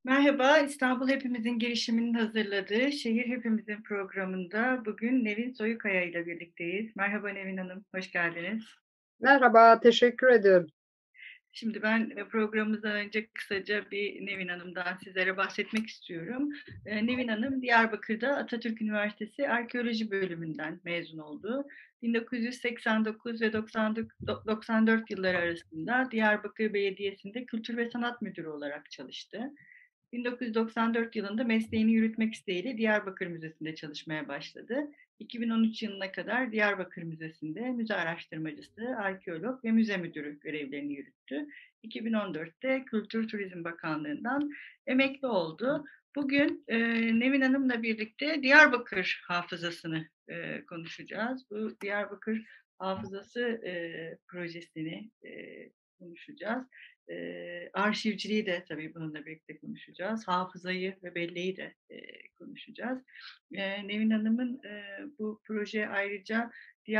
Merhaba, İstanbul Hepimizin girişiminin hazırladığı Şehir Hepimizin programında bugün Nevin Soyukaya ile birlikteyiz. Merhaba Nevin Hanım, hoş geldiniz. Merhaba, teşekkür ediyorum. Şimdi ben programımızdan önce kısaca bir Nevin Hanım'dan sizlere bahsetmek istiyorum. Nevin Hanım Diyarbakır'da Atatürk Üniversitesi Arkeoloji bölümünden mezun oldu. 1989 ve 94 yılları arasında Diyarbakır Belediyesi'nde Kültür ve Sanat Müdürü olarak çalıştı. 1994 yılında mesleğini yürütmek isteğiyle Diyarbakır Müzesi'nde çalışmaya başladı. 2013 yılına kadar Diyarbakır Müzesi'nde müze araştırmacısı, arkeolog ve müze müdürü görevlerini yürüttü. 2014'te Kültür Turizm Bakanlığı'ndan emekli oldu. Bugün Nevin Hanım'la birlikte Diyarbakır hafızasını konuşacağız. Bu Diyarbakır hafızası projesini konuşacağız. Arşivciliği de tabii bununla birlikte konuşacağız. Hafızayı ve belleği de konuşacağız. Nevin Hanım'ın bu proje ayrıca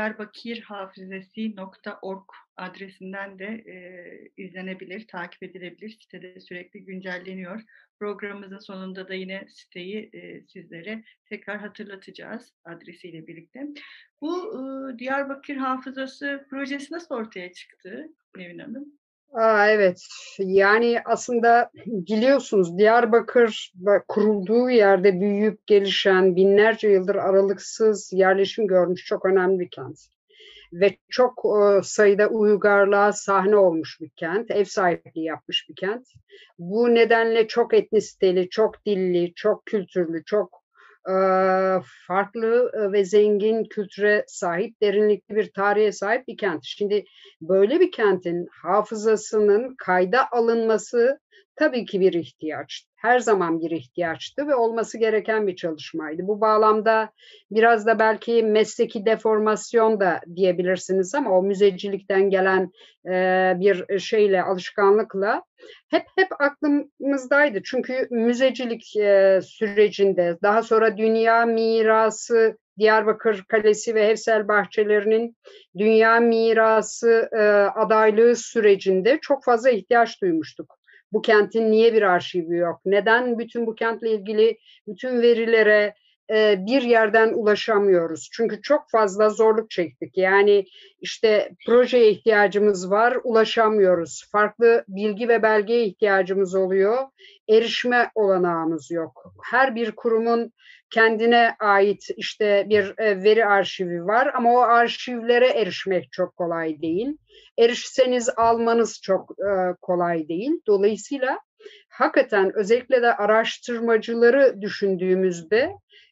diyarbakirhafizesi.org adresinden de izlenebilir, takip edilebilir. Sitede sürekli güncelleniyor. Programımızın sonunda da yine siteyi sizlere tekrar hatırlatacağız adresiyle birlikte. Bu Diyarbakır Hafızası projesi nasıl ortaya çıktı Nevin Hanım? Evet, yani aslında biliyorsunuz Diyarbakır kurulduğu yerde büyüyüp gelişen, binlerce yıldır aralıksız yerleşim görmüş çok önemli bir kent. Ve çok sayıda uygarlığa sahne olmuş bir kent, ev sahipliği yapmış bir kent. Bu nedenle çok etnisiteli, çok dilli, çok kültürlü, çok e, farklı ve zengin kültüre sahip, derinlikli bir tarihe sahip bir kent. Şimdi böyle bir kentin hafızasının kayda alınması tabii ki bir ihtiyaç. Her zaman bir ihtiyaçtı ve olması gereken bir çalışmaydı. Bu bağlamda biraz da belki mesleki deformasyon da diyebilirsiniz ama o müzecilikten gelen bir şeyle, alışkanlıkla hep aklımızdaydı. Çünkü müzecilik sürecinde daha sonra dünya mirası Diyarbakır Kalesi ve Hevsel Bahçeleri'nin dünya mirası adaylığı sürecinde çok fazla ihtiyaç duymuştuk. Bu kentin niye bir arşivi yok? Neden bütün bu kentle ilgili bütün verilere bir yerden ulaşamıyoruz? Çünkü çok fazla zorluk çektik. Yani işte projeye ihtiyacımız var, ulaşamıyoruz. Farklı bilgi ve belgeye ihtiyacımız oluyor. Erişme olanağımız yok. Her bir kurumun kendine ait işte bir veri arşivi var ama o arşivlere erişmek çok kolay değil. Erişseniz almanız çok kolay değil. Dolayısıyla hakikaten özellikle de araştırmacıları düşündüğümüzde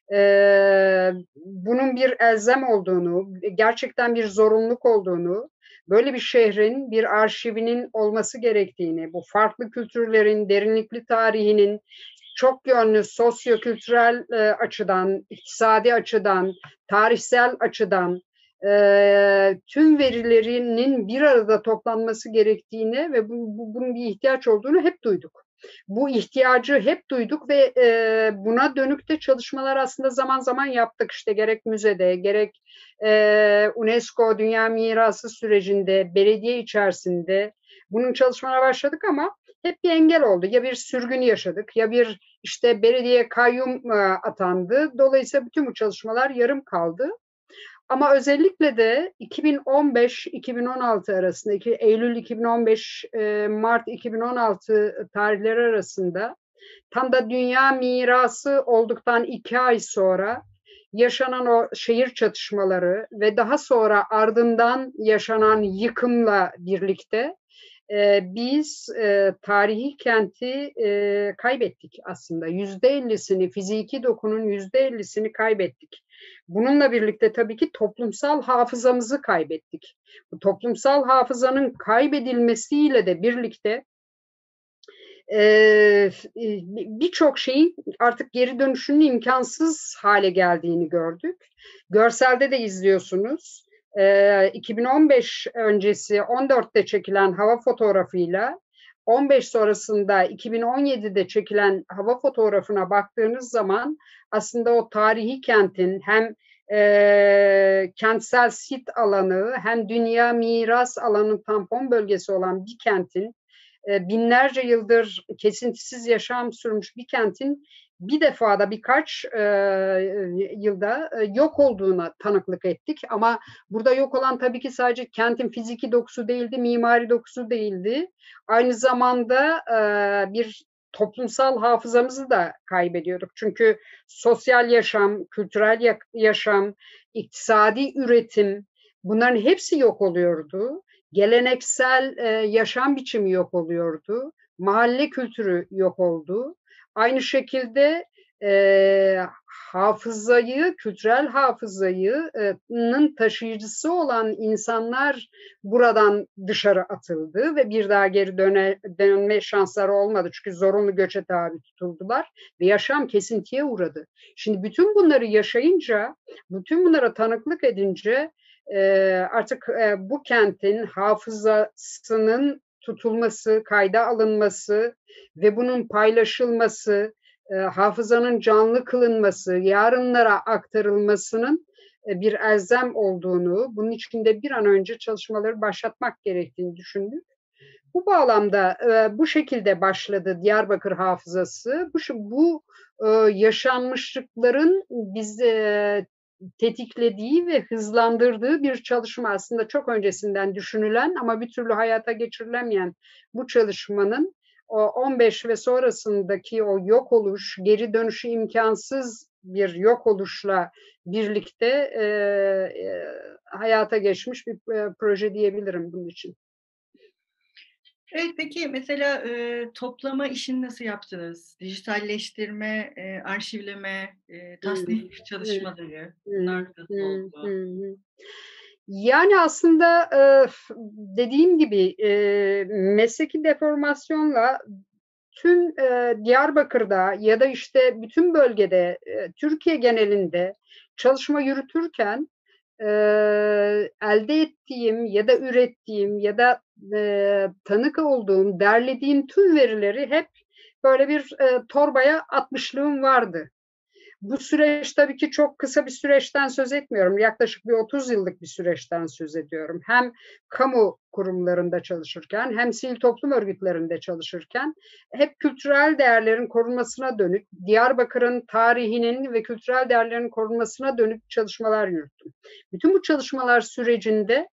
bunun bir elzem olduğunu, gerçekten bir zorunluluk olduğunu, böyle bir şehrin bir arşivinin olması gerektiğini, bu farklı kültürlerin, derinlikli tarihinin çok yönlü sosyo-kültürel açıdan, iktisadi açıdan, tarihsel açıdan tüm verilerinin bir arada toplanması gerektiğini ve bunun bir ihtiyaç olduğunu hep duyduk. Bu ihtiyacı hep duyduk ve buna dönük de çalışmalar aslında zaman zaman yaptık. İşte gerek müzede, gerek UNESCO Dünya Mirası sürecinde, belediye içerisinde bunun çalışmalara başladık ama hep bir engel oldu. Ya bir sürgün yaşadık, ya bir işte belediye kayyum atandı. Dolayısıyla bütün bu çalışmalar yarım kaldı. Ama özellikle de 2015-2016 arasında, Eylül 2015, Mart 2016 tarihleri arasında tam da dünya mirası olduktan 2 ay sonra yaşanan o şehir çatışmaları ve daha sonra ardından yaşanan yıkımla birlikte biz tarihi kenti kaybettik aslında. %50'sini, fiziki dokunun %50'sini kaybettik. Bununla birlikte tabii ki toplumsal hafızamızı kaybettik. Bu toplumsal hafızanın kaybedilmesiyle de birlikte birçok şeyin artık geri dönüşünün imkansız hale geldiğini gördük. Görselde de izliyorsunuz. 2015 öncesi 14'te çekilen hava fotoğrafıyla 15 sonrasında 2017'de çekilen hava fotoğrafına baktığınız zaman aslında o tarihi kentin hem kentsel sit alanı hem dünya miras alanı tampon bölgesi olan bir kentin binlerce yıldır kesintisiz yaşam sürmüş bir kentin bir defada birkaç yılda yok olduğuna tanıklık ettik. Ama burada yok olan tabii ki sadece kentin fiziki dokusu değildi, mimari dokusu değildi. Aynı zamanda bir toplumsal hafızamızı da kaybediyorduk. Çünkü sosyal yaşam, kültürel yaşam, iktisadi üretim, bunların hepsi yok oluyordu. Geleneksel yaşam biçimi yok oluyordu. Mahalle kültürü yok oldu. Aynı şekilde e, hafızayı, kültürel hafızayı'nın taşıyıcısı olan insanlar buradan dışarı atıldı ve bir daha geri dönme şansları olmadı. Çünkü zorunlu göçe tabi tutuldular ve yaşam kesintiye uğradı. Şimdi bütün bunları yaşayınca, bütün bunlara tanıklık edince artık bu kentin hafızasının tutulması, kayda alınması ve bunun paylaşılması, hafızanın canlı kılınması, yarınlara aktarılmasının bir elzem olduğunu, bunun için de bir an önce çalışmaları başlatmak gerektiğini düşündük. Bu bağlamda bu şekilde başladı Diyarbakır Hafızası. Bu yaşanmışlıkların biz tetiklediği ve hızlandırdığı bir çalışma, aslında çok öncesinden düşünülen ama bir türlü hayata geçirilemeyen bu çalışmanın o 15 ve sonrasındaki o yok oluş, geri dönüşü imkansız bir yok oluşla birlikte hayata geçmiş bir proje diyebilirim bunun için. Evet, peki mesela toplama işini nasıl yaptınız? Dijitalleştirme, arşivleme, tasnif çalışmaları, bunlar nasıl oldu? Yani aslında dediğim gibi mesleki deformasyonla tüm Diyarbakır'da ya da işte bütün bölgede, Türkiye genelinde çalışma yürütürken elde ettiğim ya da ürettiğim ya da tanık olduğum, derlediğim tüm verileri hep böyle bir torbaya atmışlığım vardı. Bu süreç tabii ki çok kısa bir süreçten söz etmiyorum. Yaklaşık bir 30 yıllık bir süreçten söz ediyorum. Hem kamu kurumlarında çalışırken hem sivil toplum örgütlerinde çalışırken hep kültürel değerlerin korunmasına dönük, Diyarbakır'ın tarihinin ve kültürel değerlerin korunmasına dönük çalışmalar yürüttüm. Bütün bu çalışmalar sürecinde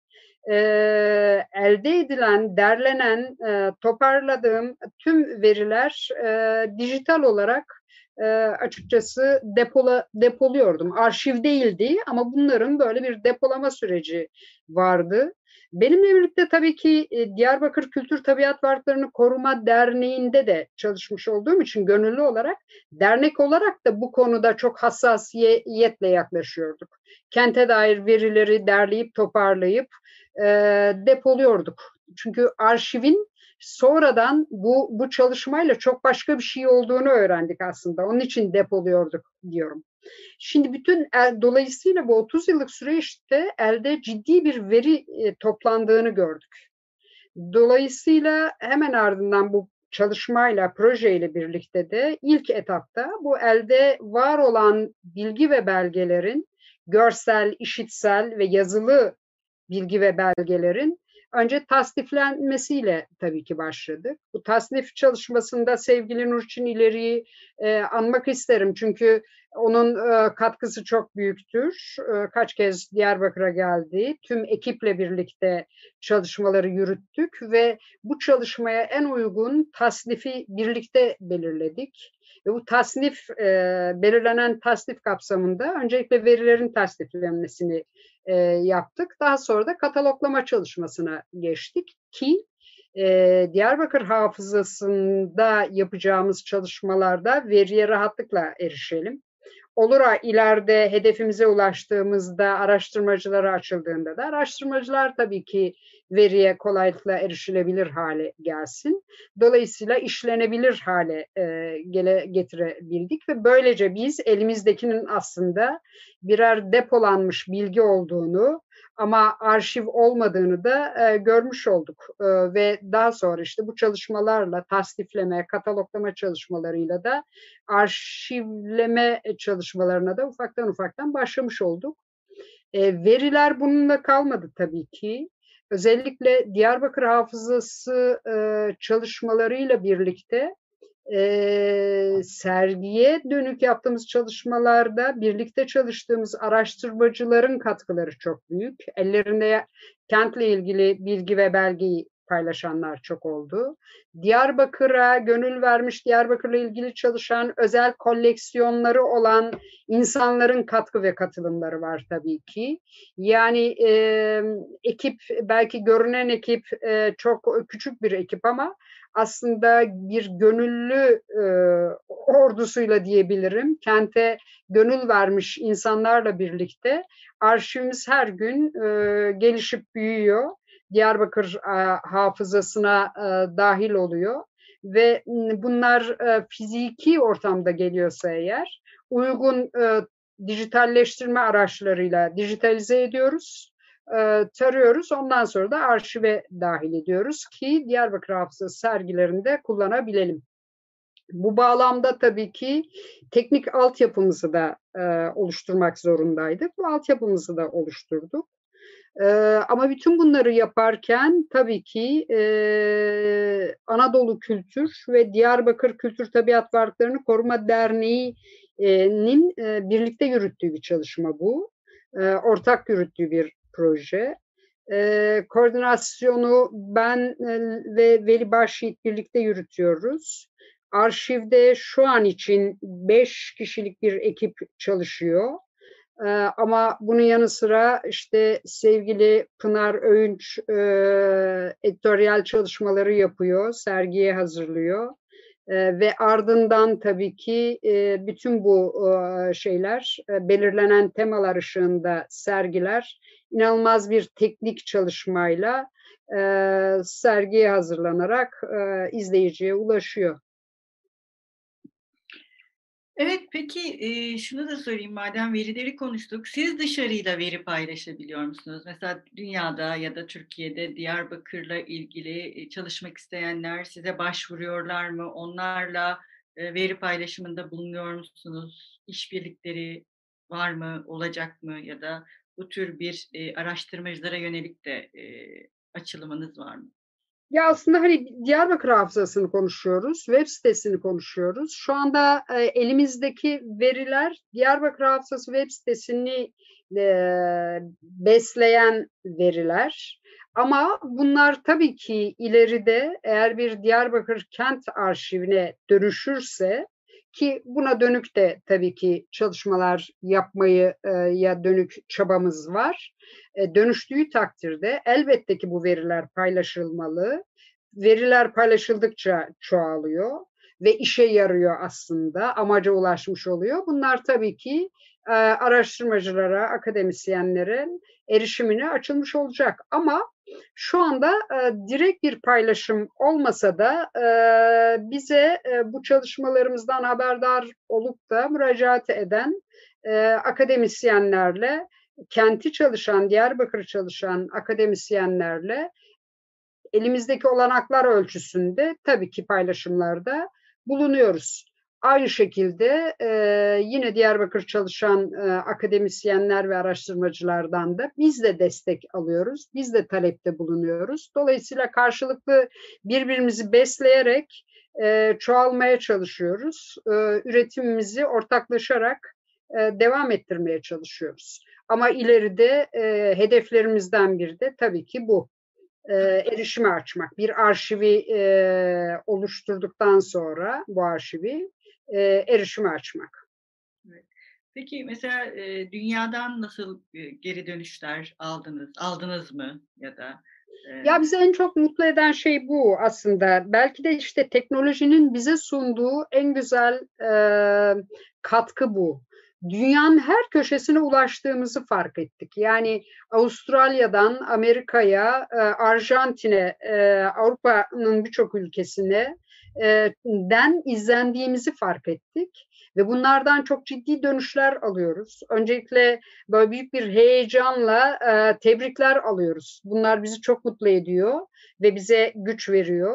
elde edilen, derlenen, toparladığım tüm veriler dijital olarak açıkçası depoluyordum. Arşiv değildi ama bunların böyle bir depolama süreci vardı. Benimle birlikte tabii ki Diyarbakır Kültür Tabiat Varlıklarını Koruma Derneği'nde de çalışmış olduğum için gönüllü olarak, dernek olarak da bu konuda çok hassasiyetle yaklaşıyorduk. Kente dair verileri derleyip toparlayıp depoluyorduk. Çünkü arşivin sonradan bu çalışmayla çok başka bir şey olduğunu öğrendik aslında. Onun için depoluyorduk diyorum. Şimdi dolayısıyla bu 30 yıllık süreçte elde ciddi bir veri toplandığını gördük. Dolayısıyla hemen ardından bu çalışmayla, projeyle birlikte de ilk etapta bu elde var olan bilgi ve belgelerin görsel, işitsel ve yazılı bilgi ve belgelerin önce tasniflenmesiyle tabii ki başladık. Bu tasnif çalışmasında sevgili Nurçin İleri'yi anmak isterim. Çünkü onun katkısı çok büyüktür. Kaç kez Diyarbakır'a geldi. Tüm ekiple birlikte çalışmaları yürüttük ve bu çalışmaya en uygun tasnifi birlikte belirledik. Ve bu belirlenen tasnif kapsamında öncelikle verilerin tasniflenmesini yaptık. Daha sonra da kataloglama çalışmasına geçtik ki Diyarbakır Hafızası'nda yapacağımız çalışmalarda veriye rahatlıkla erişelim. Olur ileride hedefimize ulaştığımızda, araştırmacılara açıldığında da araştırmacılar tabii ki veriye kolaylıkla erişilebilir hale gelsin. Dolayısıyla işlenebilir hale getirebildik ve böylece biz elimizdekinin aslında birer depolanmış bilgi olduğunu ama arşiv olmadığını da görmüş olduk. Ve daha sonra işte bu çalışmalarla tasnifleme, kataloglama çalışmalarıyla da arşivleme çalışmalarına da ufaktan başlamış olduk. Veriler bununla kalmadı tabii ki. özellikle Diyarbakır Hafızası çalışmalarıyla birlikte sergiye dönük yaptığımız çalışmalarda birlikte çalıştığımız araştırmacıların katkıları çok büyük. Ellerinde kentle ilgili bilgi ve belgeyi paylaşanlar çok oldu. Diyarbakır'a gönül vermiş, Diyarbakır'la ilgili çalışan, özel koleksiyonları olan insanların katkı ve katılımları var tabii ki. Yani ekip, belki görünen ekip çok küçük bir ekip ama aslında bir gönüllü ordusuyla diyebilirim. Kente gönül vermiş insanlarla birlikte arşivimiz her gün gelişip büyüyor. Diyarbakır hafızasına dahil oluyor ve bunlar fiziki ortamda geliyorsa eğer uygun dijitalleştirme araçlarıyla dijitalize ediyoruz, tarıyoruz. Ondan sonra da arşive dahil ediyoruz ki Diyarbakır Hafızası sergilerinde kullanabilelim. Bu bağlamda tabii ki teknik altyapımızı da oluşturmak zorundaydık. Bu altyapımızı da oluşturduk. Ama bütün bunları yaparken tabii ki Anadolu Kültür ve Diyarbakır Kültür Tabiat Varlıklarını Koruma Derneği'nin birlikte yürüttüğü bir çalışma bu. Ortak yürüttüğü bir proje. Koordinasyonu ben ve Veli Başyiğit birlikte yürütüyoruz. Arşivde şu an için 5 kişilik bir ekip çalışıyor. Ama bunun yanı sıra işte sevgili Pınar Öğünç editoryal çalışmaları yapıyor, sergiye hazırlıyor. Ve ardından tabii ki bütün bu şeyler, belirlenen temalar ışığında sergiler, inanılmaz bir teknik çalışmayla sergiye hazırlanarak izleyiciye ulaşıyor. Evet, peki şunu da sorayım madem verileri konuştuk. Siz dışarıyla veri paylaşabiliyor musunuz? Mesela dünyada ya da Türkiye'de Diyarbakır'la ilgili çalışmak isteyenler size başvuruyorlar mı? Onlarla veri paylaşımında bulunuyor musunuz? İşbirlikleri var mı, olacak mı? Ya da bu tür bir araştırmacılara yönelik de açılımınız var mı? Ya aslında hani Diyarbakır Hafızası'nı konuşuyoruz, web sitesini konuşuyoruz. Şu anda elimizdeki veriler Diyarbakır Hafızası web sitesini besleyen veriler. Ama bunlar tabii ki ileride eğer bir Diyarbakır kent arşivine dönüşürse ki buna dönük de tabii ki çalışmalar yapmayı ya dönük çabamız var. Dönüştüğü takdirde elbette ki bu veriler paylaşılmalı. Veriler paylaşıldıkça çoğalıyor ve işe yarıyor aslında, amaca ulaşmış oluyor. Bunlar tabii ki araştırmacılara, akademisyenlerin erişimine açılmış olacak. Ama şu anda direkt bir paylaşım olmasa da bize bu çalışmalarımızdan haberdar olup da müracaat eden akademisyenlerle kenti çalışan, Diyarbakır çalışan akademisyenlerle elimizdeki olanaklar ölçüsünde tabii ki paylaşımlarda bulunuyoruz. Aynı şekilde yine Diyarbakır çalışan akademisyenler ve araştırmacılardan da biz de destek alıyoruz. Biz de talepte bulunuyoruz. Dolayısıyla karşılıklı birbirimizi besleyerek çoğalmaya çalışıyoruz. Üretimimizi ortaklaşarak devam ettirmeye çalışıyoruz. Ama ileride hedeflerimizden biri de tabii ki bu. Erişime açmak. Bir arşivi oluşturduktan sonra bu arşivi erişime açmak. Evet. Peki mesela dünyadan nasıl geri dönüşler aldınız? Aldınız mı ya da? Ya bizi en çok mutlu eden şey bu aslında. Belki de işte teknolojinin bize sunduğu en güzel katkı bu. Dünyanın her köşesine ulaştığımızı fark ettik. Yani Avustralya'dan Amerika'ya, Arjantin'e, Avrupa'nın birçok ülkesine den izlendiğimizi fark ettik. Ve bunlardan çok ciddi dönüşler alıyoruz. Öncelikle böyle büyük bir heyecanla tebrikler alıyoruz. Bunlar bizi çok mutlu ediyor ve bize güç veriyor.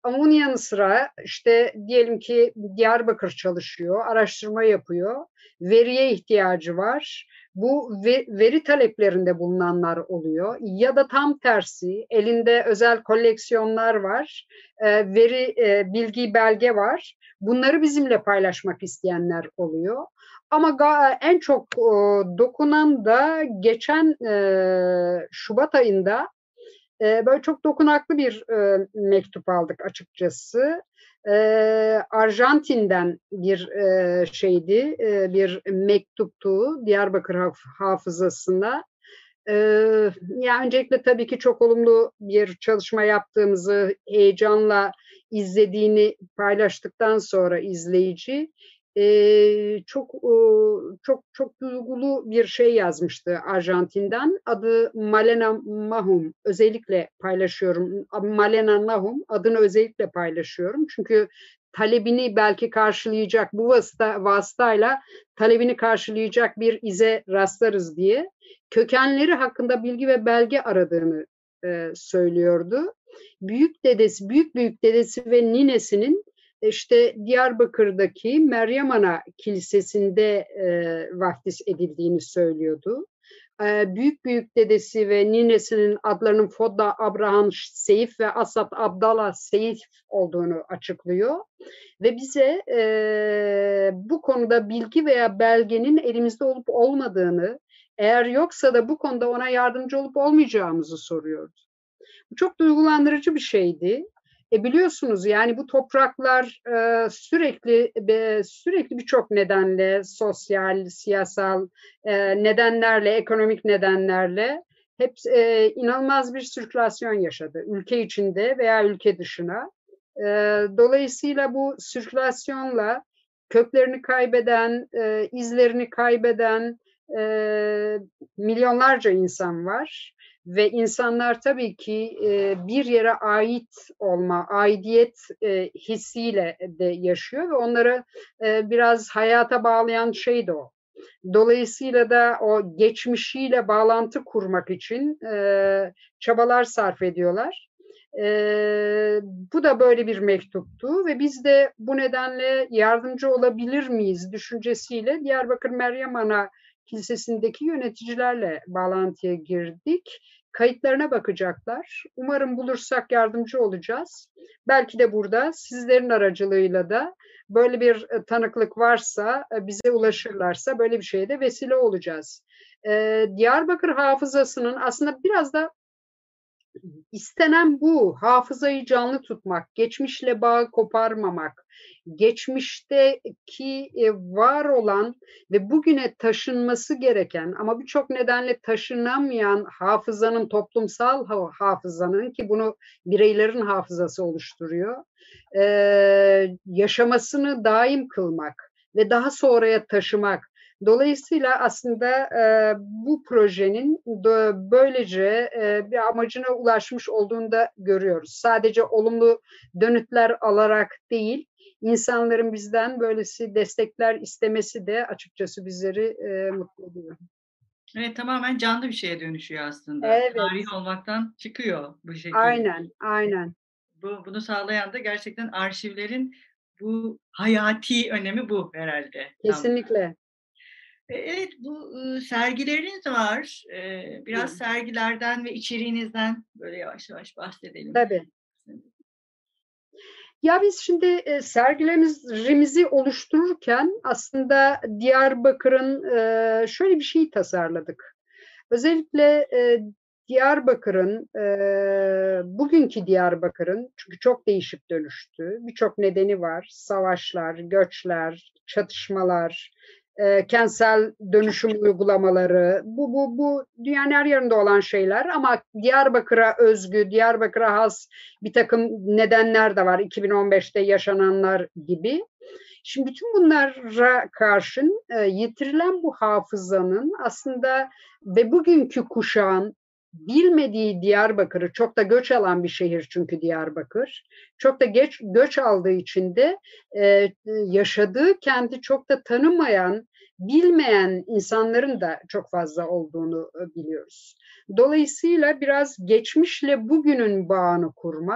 Ama onun yanı sıra işte diyelim ki Diyarbakır çalışıyor, araştırma yapıyor, veriye ihtiyacı var. Bu veri taleplerinde bulunanlar oluyor ya da tam tersi elinde özel koleksiyonlar var, veri, bilgi, belge var. Bunları bizimle paylaşmak isteyenler oluyor. Ama en çok dokunan da geçen Şubat ayında böyle çok dokunaklı bir mektup aldık açıkçası. Arjantin'den bir şeydi, bir mektuptu Diyarbakır hafızasına. Yani öncelikle tabii ki çok olumlu bir çalışma yaptığımızı heyecanla izlediğini paylaştıktan sonra izleyici çok çok duygulu bir şey yazmıştı Arjantin'den. Adı Malena Mahum. Özellikle paylaşıyorum. Malena Mahum adını özellikle paylaşıyorum. Çünkü talebini belki karşılayacak bu vasıtayla talebini karşılayacak bir ize rastlarız diye kökenleri hakkında bilgi ve belge aradığını söylüyordu. Büyük dedesi ve ninesinin işte Diyarbakır'daki Meryem Ana Kilisesi'nde vaftiz edildiğini söylüyordu. Büyük dedesi ve ninesinin adlarının Fodda Abraham Seyif ve Asad Abdallah Seyif olduğunu açıklıyor. Ve bize bu konuda bilgi veya belgenin elimizde olup olmadığını, eğer yoksa da bu konuda ona yardımcı olup olmayacağımızı soruyordu. Bu çok duygulandırıcı bir şeydi. Biliyorsunuz yani bu topraklar sürekli birçok nedenle, sosyal, siyasal nedenlerle, ekonomik nedenlerle hep inanılmaz bir sirkülasyon yaşadı. Ülke içinde veya ülke dışına. Dolayısıyla bu sirkülasyonla köklerini kaybeden, izlerini kaybeden milyonlarca insan var. Ve insanlar tabii ki bir yere ait olma, aidiyet hissiyle de yaşıyor ve onları biraz hayata bağlayan şey de o. Dolayısıyla da o geçmişiyle bağlantı kurmak için çabalar sarf ediyorlar. Bu da böyle bir mektuptu ve biz de bu nedenle yardımcı olabilir miyiz düşüncesiyle Diyarbakır Meryem Ana Kilisesi'ndeki yöneticilerle bağlantıya girdik. Kayıtlarına bakacaklar. Umarım bulursak yardımcı olacağız. Belki de burada sizlerin aracılığıyla da böyle bir tanıklık varsa, bize ulaşırlarsa böyle bir şeye de vesile olacağız. Diyarbakır hafızasının aslında biraz da istenen bu. Hafızayı canlı tutmak, geçmişle bağı koparmamak, geçmişteki var olan ve bugüne taşınması gereken ama birçok nedenle taşınamayan hafızanın, toplumsal hafızanın ki bunu bireylerin hafızası oluşturuyor, yaşamasını daim kılmak ve daha sonraya taşımak. Dolayısıyla aslında bu projenin böylece bir amacına ulaşmış olduğunu da görüyoruz. Sadece olumlu dönütler alarak değil, insanların bizden böylesi destekler istemesi de açıkçası bizleri mutlu ediyor. Evet, tamamen canlı bir şeye dönüşüyor aslında. Evet. Tarih olmaktan çıkıyor bu şekilde. Aynen. Bunu sağlayan da gerçekten arşivlerin bu hayati önemi bu herhalde. Kesinlikle. Evet, bu sergileriniz var. Biraz sergilerden ve içeriğinizden böyle yavaş yavaş bahsedelim. Tabii. Ya biz şimdi sergilerimizi oluştururken aslında Diyarbakır'ın şöyle bir şey tasarladık. Özellikle Diyarbakır'ın, bugünkü Diyarbakır'ın çünkü çok değişip dönüştü. Birçok nedeni var. Savaşlar, göçler, çatışmalar, kentsel dönüşüm uygulamaları. Bu dünyanın her yerinde olan şeyler ama Diyarbakır'a özgü, Diyarbakır'a has bir takım nedenler de var. 2015'te yaşananlar gibi. Şimdi bütün bunlara karşın yitirilen bu hafızanın aslında ve bugünkü kuşağın bilmediği Diyarbakır'ı, çok da göç alan bir şehir çünkü Diyarbakır, çok da göç aldığı için de yaşadığı kenti çok da tanımayan, bilmeyen insanların da çok fazla olduğunu biliyoruz. Dolayısıyla biraz geçmişle bugünün bağını kurmak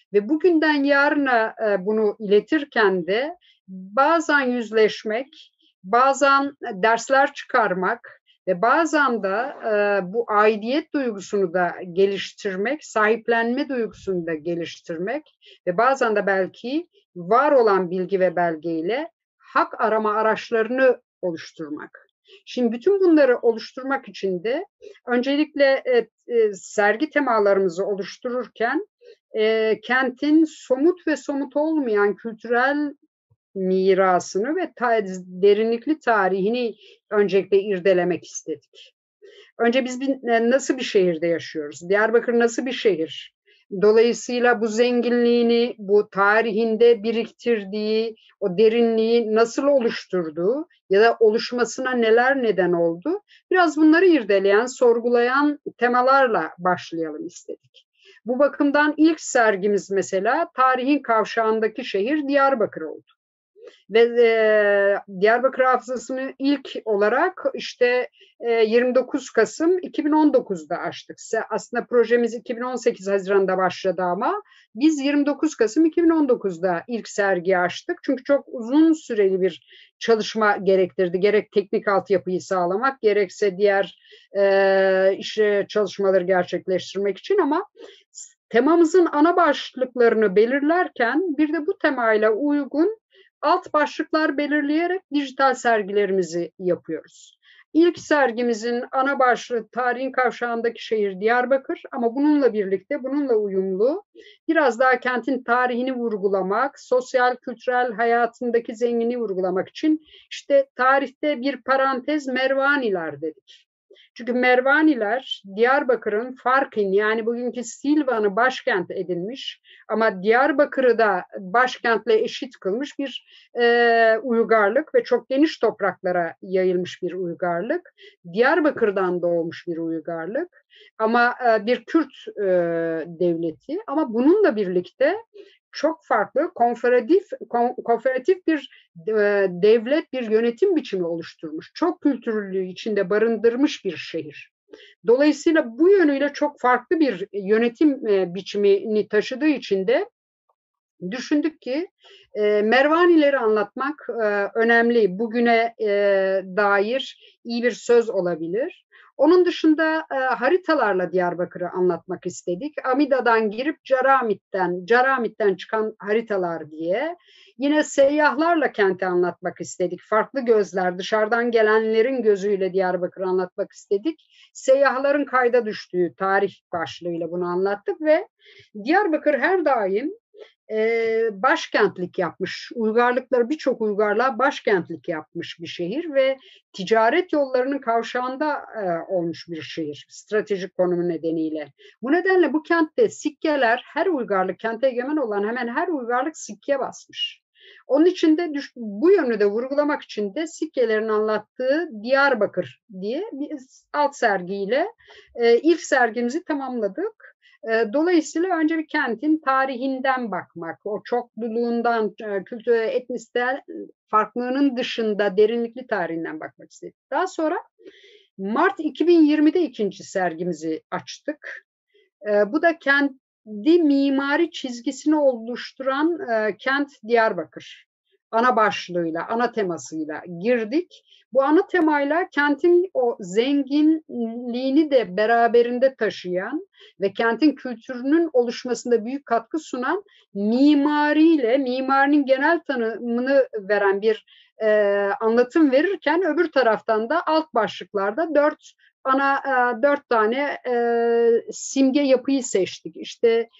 Ve bugünden yarına bunu iletirken de bazen yüzleşmek, bazen dersler çıkarmak ve bazen de bu aidiyet duygusunu da geliştirmek, sahiplenme duygusunu da geliştirmek ve bazen de belki var olan bilgi ve belgeyle hak arama araçlarını oluşturmak. Şimdi bütün bunları oluşturmak için de öncelikle sergi temalarımızı oluştururken kentin somut ve somut olmayan kültürel mirasını ve derinlikli tarihini öncelikle irdelemek istedik. Önce biz nasıl bir şehirde yaşıyoruz? Diyarbakır nasıl bir şehir? Dolayısıyla bu zenginliğini, bu tarihinde biriktirdiği o derinliği nasıl oluşturduğu ya da oluşmasına neler neden oldu? Biraz bunları irdeleyen, sorgulayan temalarla başlayalım istedik. Bu bakımdan ilk sergimiz mesela tarihin kavşağındaki şehir Diyarbakır oldu. Ve Diyarbakır Hafızası'nı ilk olarak işte 29 Kasım 2019'da açtık. Aslında projemiz 2018 Haziran'da başladı ama biz 29 Kasım 2019'da ilk sergiyi açtık. Çünkü çok uzun süreli bir çalışma gerektirdi. Gerek teknik altyapıyı sağlamak, gerekse diğer çalışmaları gerçekleştirmek için ama temamızın ana başlıklarını belirlerken bir de bu temayla uygun alt başlıklar belirleyerek dijital sergilerimizi yapıyoruz. İlk sergimizin ana başlığı tarihin kavşağındaki şehir Diyarbakır ama bununla birlikte, bununla uyumlu biraz daha kentin tarihini vurgulamak, sosyal, kültürel hayatındaki zenginliği vurgulamak için işte tarihte bir parantez Mervaniler dedik. Çünkü Mervaniler Diyarbakır'ın Farkın yani bugünkü Silvan'ı başkent edinmiş ama Diyarbakır'ı da başkentle eşit kılmış bir uygarlık ve çok geniş topraklara yayılmış bir uygarlık. Diyarbakır'dan doğmuş bir uygarlık ama bir Kürt devleti ama bununla birlikte çok farklı konfederatif bir devlet, bir yönetim biçimi oluşturmuş. Çok kültürlülüğü içinde barındırmış bir şehir. Dolayısıyla bu yönüyle çok farklı bir yönetim biçimini taşıdığı için de düşündük ki Mervanileri anlatmak önemli. Bugüne dair iyi bir söz olabilir. Onun dışında haritalarla Diyarbakır'ı anlatmak istedik. Amida'dan girip Caramit'ten çıkan haritalar diye. Yine seyyahlarla kenti anlatmak istedik. Farklı gözler, dışarıdan gelenlerin gözüyle Diyarbakır'ı anlatmak istedik. Seyyahların kayda düştüğü tarih başlığıyla bunu anlattık ve Diyarbakır her daim başkentlik yapmış. Uygarlıkları birçok uygarlığa başkentlik yapmış bir şehir ve ticaret yollarının kavşağında olmuş bir şehir. Stratejik konumu nedeniyle. Bu nedenle bu kentte sikkeler her uygarlık, kente egemen olan hemen her uygarlık sikke basmış. Onun için de bu yönü de vurgulamak için de sikkelerin anlattığı Diyarbakır diye bir alt sergiyle ilk sergimizi tamamladık. Dolayısıyla önce bir kentin tarihinden bakmak, o çokluluğundan, kültürel, etnisel farklılığının dışında derinlikli tarihinden bakmak istedik. Daha sonra Mart 2020'de ikinci sergimizi açtık. Bu da kendi mimari çizgisini oluşturan kent Diyarbakır. Ana başlığıyla, ana temasıyla girdik. Bu ana temayla kentin o zenginliğini de beraberinde taşıyan ve kentin kültürünün oluşmasında büyük katkı sunan mimariyle, mimarinin genel tanımını veren bir anlatım verirken öbür taraftan da alt başlıklarda dört tane simge yapıyı seçtik. İşte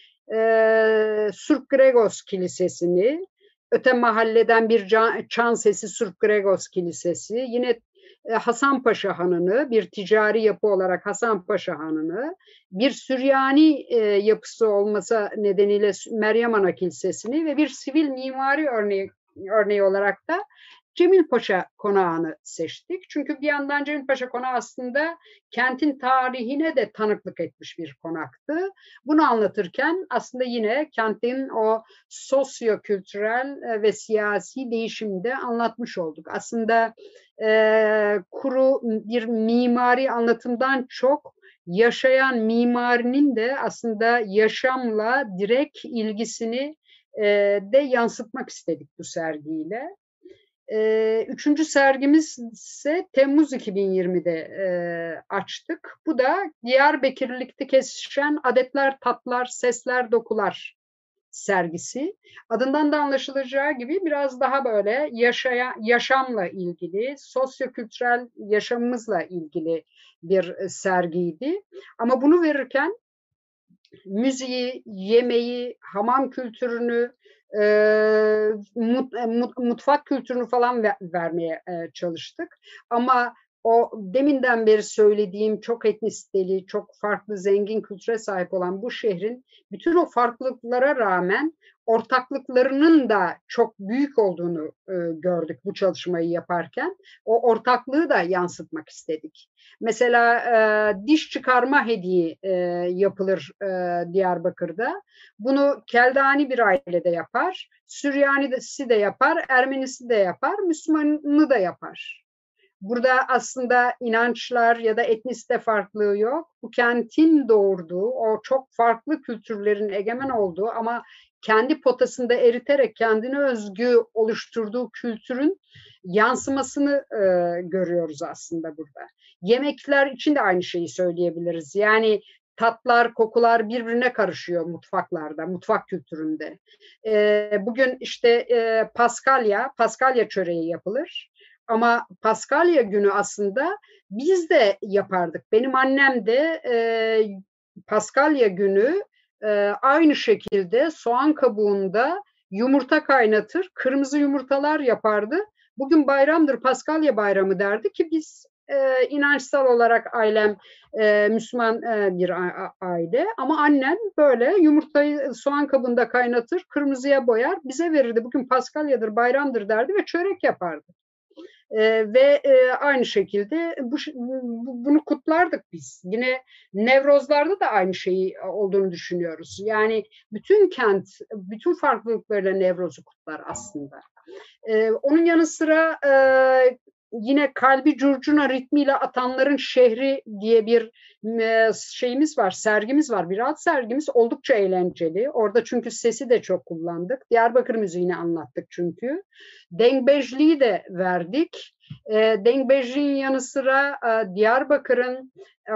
Surp Gregos Kilisesi'ni, öte mahalleden bir çan sesi Surp Gregos Kilisesi, yine Hasanpaşa Hanı'nı, bir ticari yapı olarak Hasanpaşa Hanı'nı, bir Süryani yapısı olması nedeniyle Meryem Ana Kilisesi'ni ve bir sivil mimari örneği olarak da Cemil Paşa Konağı'nı seçtik. Çünkü bir yandan Cemil Paşa Konağı aslında kentin tarihine de tanıklık etmiş bir konaktı. Bunu anlatırken aslında yine kentin o sosyo-kültürel ve siyasi değişimini de anlatmış olduk. Aslında kuru bir mimari anlatımdan çok yaşayan mimarinin de aslında yaşamla direkt ilgisini de yansıtmak istedik bu sergiyle. Üçüncü sergimiz ise Temmuz 2020'de açtık. Bu da Diyarbakırlıkta kesişen adetler, tatlar, sesler, dokular sergisi. Adından da anlaşılacağı gibi biraz daha böyle yaşamla ilgili, sosyokültürel yaşamımızla ilgili bir sergiydi. Ama bunu verirken müziği, yemeği, hamam kültürünü, mutfak kültürünü falan vermeye çalıştık. Ama o deminden beri söylediğim çok etnisiteli, çok farklı, zengin kültüre sahip olan bu şehrin bütün o farklılıklara rağmen ortaklıklarının da çok büyük olduğunu gördük bu çalışmayı yaparken. O ortaklığı da yansıtmak istedik. Mesela diş çıkarma hediye yapılır Diyarbakır'da. Bunu Keldani bir ailede yapar, Süryanisi de yapar, Ermenisi de yapar, Müslümanı da yapar. Burada aslında inançlar ya da etnisite farklılığı yok. Bu kentin doğurduğu, o çok farklı kültürlerin egemen olduğu ama kendi potasında eriterek kendine özgü oluşturduğu kültürün yansımasını görüyoruz aslında burada. Yemekler için de aynı şeyi söyleyebiliriz. Yani tatlar, kokular birbirine karışıyor mutfaklarda, mutfak kültüründe. Bugün işte Paskalya çöreği yapılır. Ama Paskalya günü aslında biz de yapardık. Benim annem de Paskalya günü aynı şekilde soğan kabuğunda yumurta kaynatır, kırmızı yumurtalar yapardı. Bugün bayramdır, Paskalya bayramı derdi ki biz inançsal olarak ailem Müslüman bir aile ama annem böyle yumurtayı soğan kabında kaynatır, kırmızıya boyar, bize verirdi. Bugün Paskalyadır, bayramdır derdi ve çörek yapardı. Ve aynı şekilde bunu kutlardık biz. Yine Nevrozlarda da aynı şeyi olduğunu düşünüyoruz. Yani bütün kent, bütün farklılıklarıyla Nevroz'u kutlar aslında. Onun yanı sıra yine Kalbi Curcuna ritmiyle Atanların Şehri diye bir şeyimiz var, sergimiz var. Bir alt sergimiz oldukça eğlenceli. Orada çünkü sesi de çok kullandık. Diyarbakır müziğini anlattık çünkü. Dengbejli'yi de verdik. Dengbejli'nin yanı sıra Diyarbakır'ın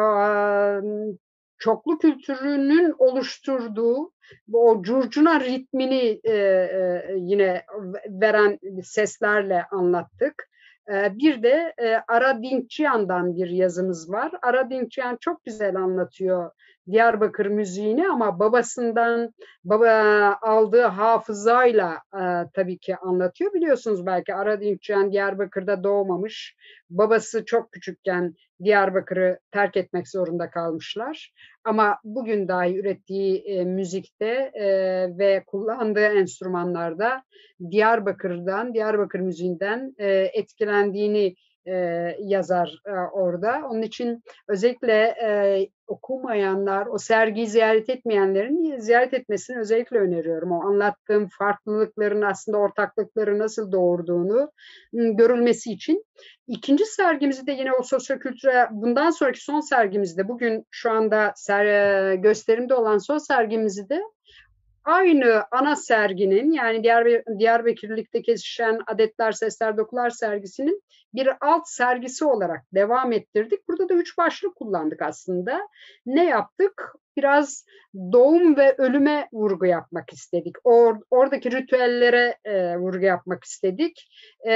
çoklu kültürünün oluşturduğu o curcuna ritmini yine veren seslerle anlattık. Bir de Ara Dinkçiyan'dan bir yazımız var. Ara Dinkçiyan çok güzel anlatıyor Diyarbakır müziğini ama babasından aldığı hafızayla tabii ki anlatıyor. Biliyorsunuz belki Ara Dinkçiyan Diyarbakır'da doğmamış. Babası çok küçükken Diyarbakır'ı terk etmek zorunda kalmışlar. Ama bugün dahi ürettiği müzikte ve kullandığı enstrümanlarda Diyarbakır müziğinden etkilendiğini yazar orada. Onun için özellikle okumayanlar, o sergiyi ziyaret etmeyenlerin ziyaret etmesini özellikle öneriyorum. O anlattığım farklılıkların aslında ortaklıkları nasıl doğurduğunu görülmesi için. İkinci sergimizi de yine o sosyokültürel, bundan sonraki son sergimizde, bugün şu anda gösterimde olan son sergimizi de aynı ana serginin, yani Diyarbakırlık'ta kesişen Adetler, Sesler, Dokular sergisinin bir alt sergisi olarak devam ettirdik. Burada da 3 başlık kullandık aslında. Ne yaptık? Biraz doğum ve ölüme vurgu yapmak istedik. Oradaki ritüellere vurgu yapmak istedik.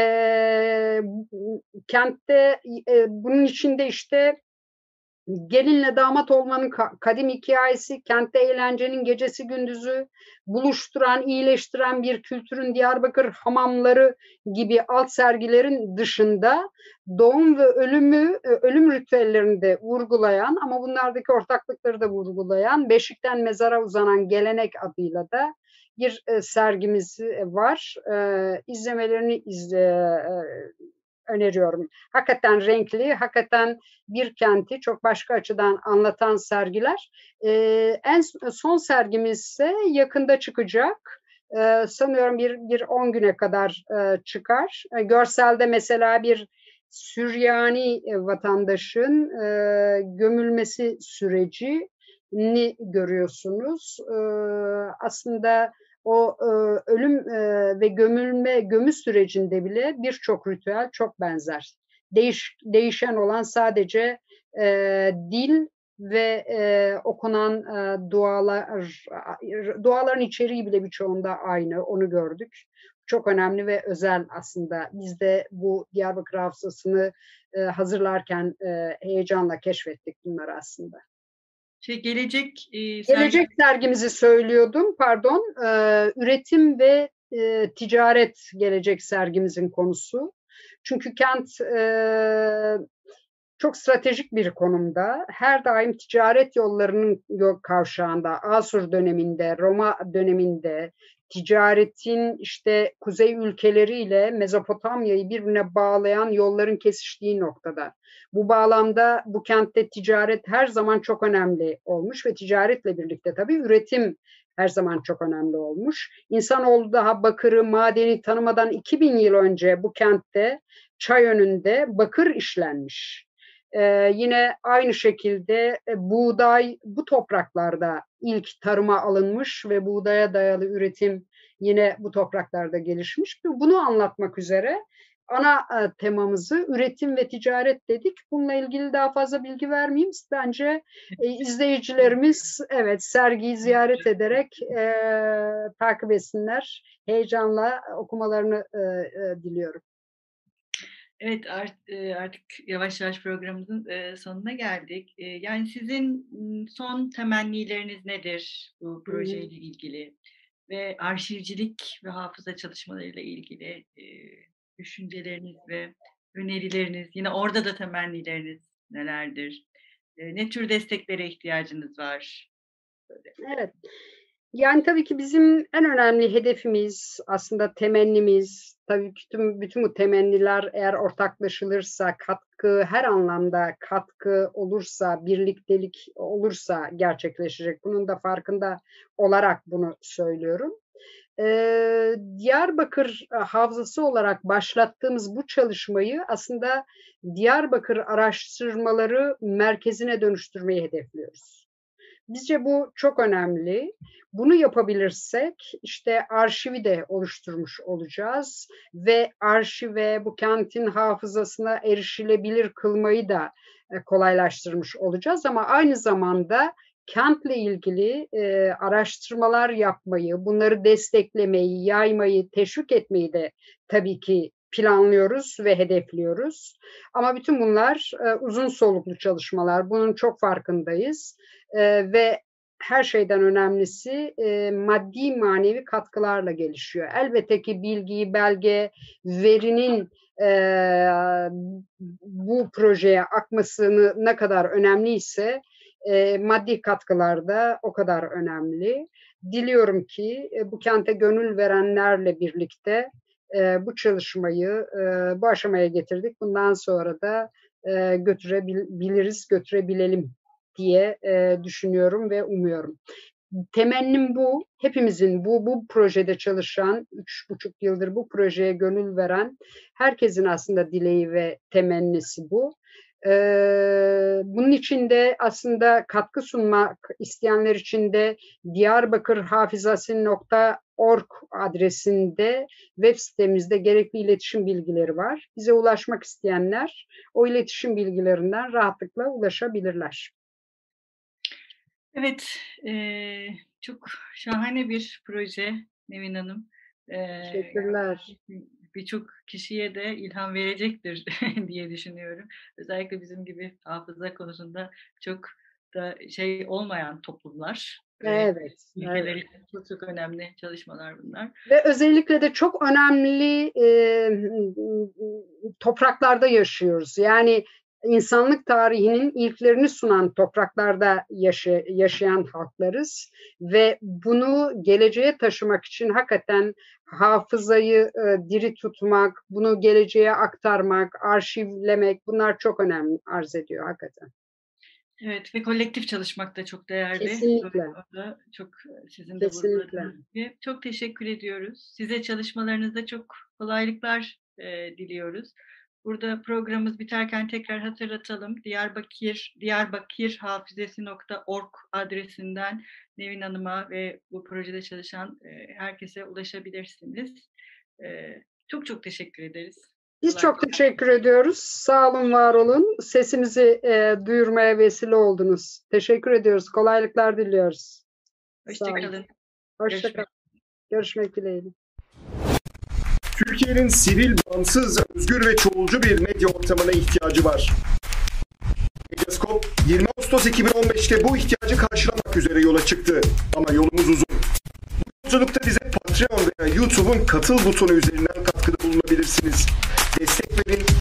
Kentte bunun içinde işte gelinle damat olmanın kadim hikayesi, kentte eğlencenin gecesi gündüzü buluşturan, iyileştiren bir kültürün Diyarbakır hamamları gibi alt sergilerin dışında doğum ve ölüm ritüellerini de vurgulayan ama bunlardaki ortaklıkları da vurgulayan Beşik'ten Mezara uzanan gelenek adıyla da bir sergimiz var. İzlemelerini öneriyorum. Hakikaten renkli, hakikaten bir kenti çok başka açıdan anlatan sergiler. En son sergimiz ise yakında çıkacak. Sanıyorum bir 10 güne kadar çıkar. Görselde mesela bir Süryani vatandaşın gömülmesi sürecini görüyorsunuz. Aslında o ölüm ve gömü sürecinde bile birçok ritüel çok benzer. Değişen olan sadece dil ve okunan duaların içeriği bile birçoğunda aynı, onu gördük. Çok önemli ve özel aslında. Biz de bu Diyarbakır Hafızası'nı hazırlarken heyecanla keşfettik bunları aslında. Gelecek sergi. Gelecek sergimizi söylüyordum, pardon. Üretim ve ticaret gelecek sergimizin konusu. Çünkü kent çok stratejik bir konumda. Her daim ticaret yollarının kavşağında, Asur döneminde, Roma döneminde, ticaretin işte kuzey ülkeleriyle Mezopotamya'yı birbirine bağlayan yolların kesiştiği noktada. Bu bağlamda bu kentte ticaret her zaman çok önemli olmuş ve ticaretle birlikte tabii üretim her zaman çok önemli olmuş. İnsanoğlu daha bakırı, madeni tanımadan 2000 yıl önce bu kentte Çayönü'nde bakır işlenmiş. Yine aynı şekilde buğday bu topraklarda ilk tarıma alınmış ve buğdaya dayalı üretim yine bu topraklarda gelişmiş. Bunu anlatmak üzere ana temamızı üretim ve ticaret dedik. Bununla ilgili daha fazla bilgi vermeyeyim. Bence izleyicilerimiz evet sergiyi ziyaret ederek takip etsinler. Heyecanla okumalarını diliyorum. Evet, artık yavaş yavaş programımızın sonuna geldik. Yani sizin son temennileriniz nedir bu projeyle ilgili ve arşivcilik ve hafıza çalışmalarıyla ilgili düşünceleriniz ve önerileriniz, yine orada da temennileriniz nelerdir? Ne tür desteklere ihtiyacınız var? Evet. Yani tabii ki bizim en önemli hedefimiz, aslında temennimiz, tabii ki bütün bu temenniler eğer ortaklaşılırsa, her anlamda katkı olursa, birliktelik olursa gerçekleşecek. Bunun da farkında olarak bunu söylüyorum. Diyarbakır Havzası olarak başlattığımız bu çalışmayı aslında Diyarbakır Araştırmaları Merkezi'ne dönüştürmeyi hedefliyoruz. Bizce bu çok önemli. Bunu yapabilirsek işte arşivi de oluşturmuş olacağız ve arşive, bu kentin hafızasına erişilebilir kılmayı da kolaylaştırmış olacağız. Ama aynı zamanda kentle ilgili araştırmalar yapmayı, bunları desteklemeyi, yaymayı, teşvik etmeyi de tabii ki planlıyoruz ve hedefliyoruz. Ama bütün bunlar uzun soluklu çalışmalar. Bunun çok farkındayız. Ve her şeyden önemlisi maddi manevi katkılarla gelişiyor. Elbette ki bilgi, belge, verinin bu projeye akmasını ne kadar önemliyse maddi katkılar da o kadar önemli. Diliyorum ki bu kente gönül verenlerle birlikte bu çalışmayı bu aşamaya getirdik. Bundan sonra da götürebilelim diye düşünüyorum ve umuyorum. Temennim bu. Hepimizin bu projede çalışan, 3,5 yıldır bu projeye gönül veren herkesin aslında dileği ve temennisi bu. Bunun için de aslında katkı sunmak isteyenler için de diyarbakırhafizası.org adresinde web sitemizde gerekli iletişim bilgileri var. Bize ulaşmak isteyenler o iletişim bilgilerinden rahatlıkla ulaşabilirler. Evet, çok şahane bir proje Nevin Hanım. Teşekkürler. Birçok kişiye de ilham verecektir diye düşünüyorum. Özellikle bizim gibi hafıza konusunda çok da olmayan toplumlar ve Evet, ülkeler evet. için çok çok önemli çalışmalar bunlar. Ve özellikle de çok önemli topraklarda yaşıyoruz. Yani insanlık tarihinin ilklerini sunan topraklarda yaşayan halklarız ve bunu geleceğe taşımak için hakikaten hafızayı diri tutmak, bunu geleceğe aktarmak, arşivlemek bunlar çok önem arz ediyor hakikaten. Evet ve kolektif çalışmak da çok değerli. Kesinlikle, Orada çok sizin de kesinlikle. vurguladığınız gibi. Çok teşekkür ediyoruz. Size çalışmalarınızda çok kolaylıklar diliyoruz. Burada programımız biterken tekrar hatırlatalım. diyarbakirhafizesi.org adresinden Nevin Hanım'a ve bu projede çalışan herkese ulaşabilirsiniz. Çok çok teşekkür ederiz. Biz çok teşekkür ediyoruz. Sağ olun, var olun. Sesimizi duyurmaya vesile oldunuz. Teşekkür ediyoruz. Kolaylıklar diliyoruz. Hoşçakalın. Hoşçakalın. Görüşmek dileğiyle. Türkiye'nin sivil, bağımsız, özgür ve çoğulcu bir medya ortamına ihtiyacı var. Medyascope 20 Ağustos 2015'te bu ihtiyacı karşılamak üzere yola çıktı. Ama yolumuz uzun. Bu yolculukta bize Patreon veya YouTube'un katıl butonu üzerinden katkıda bulunabilirsiniz. Destek verin,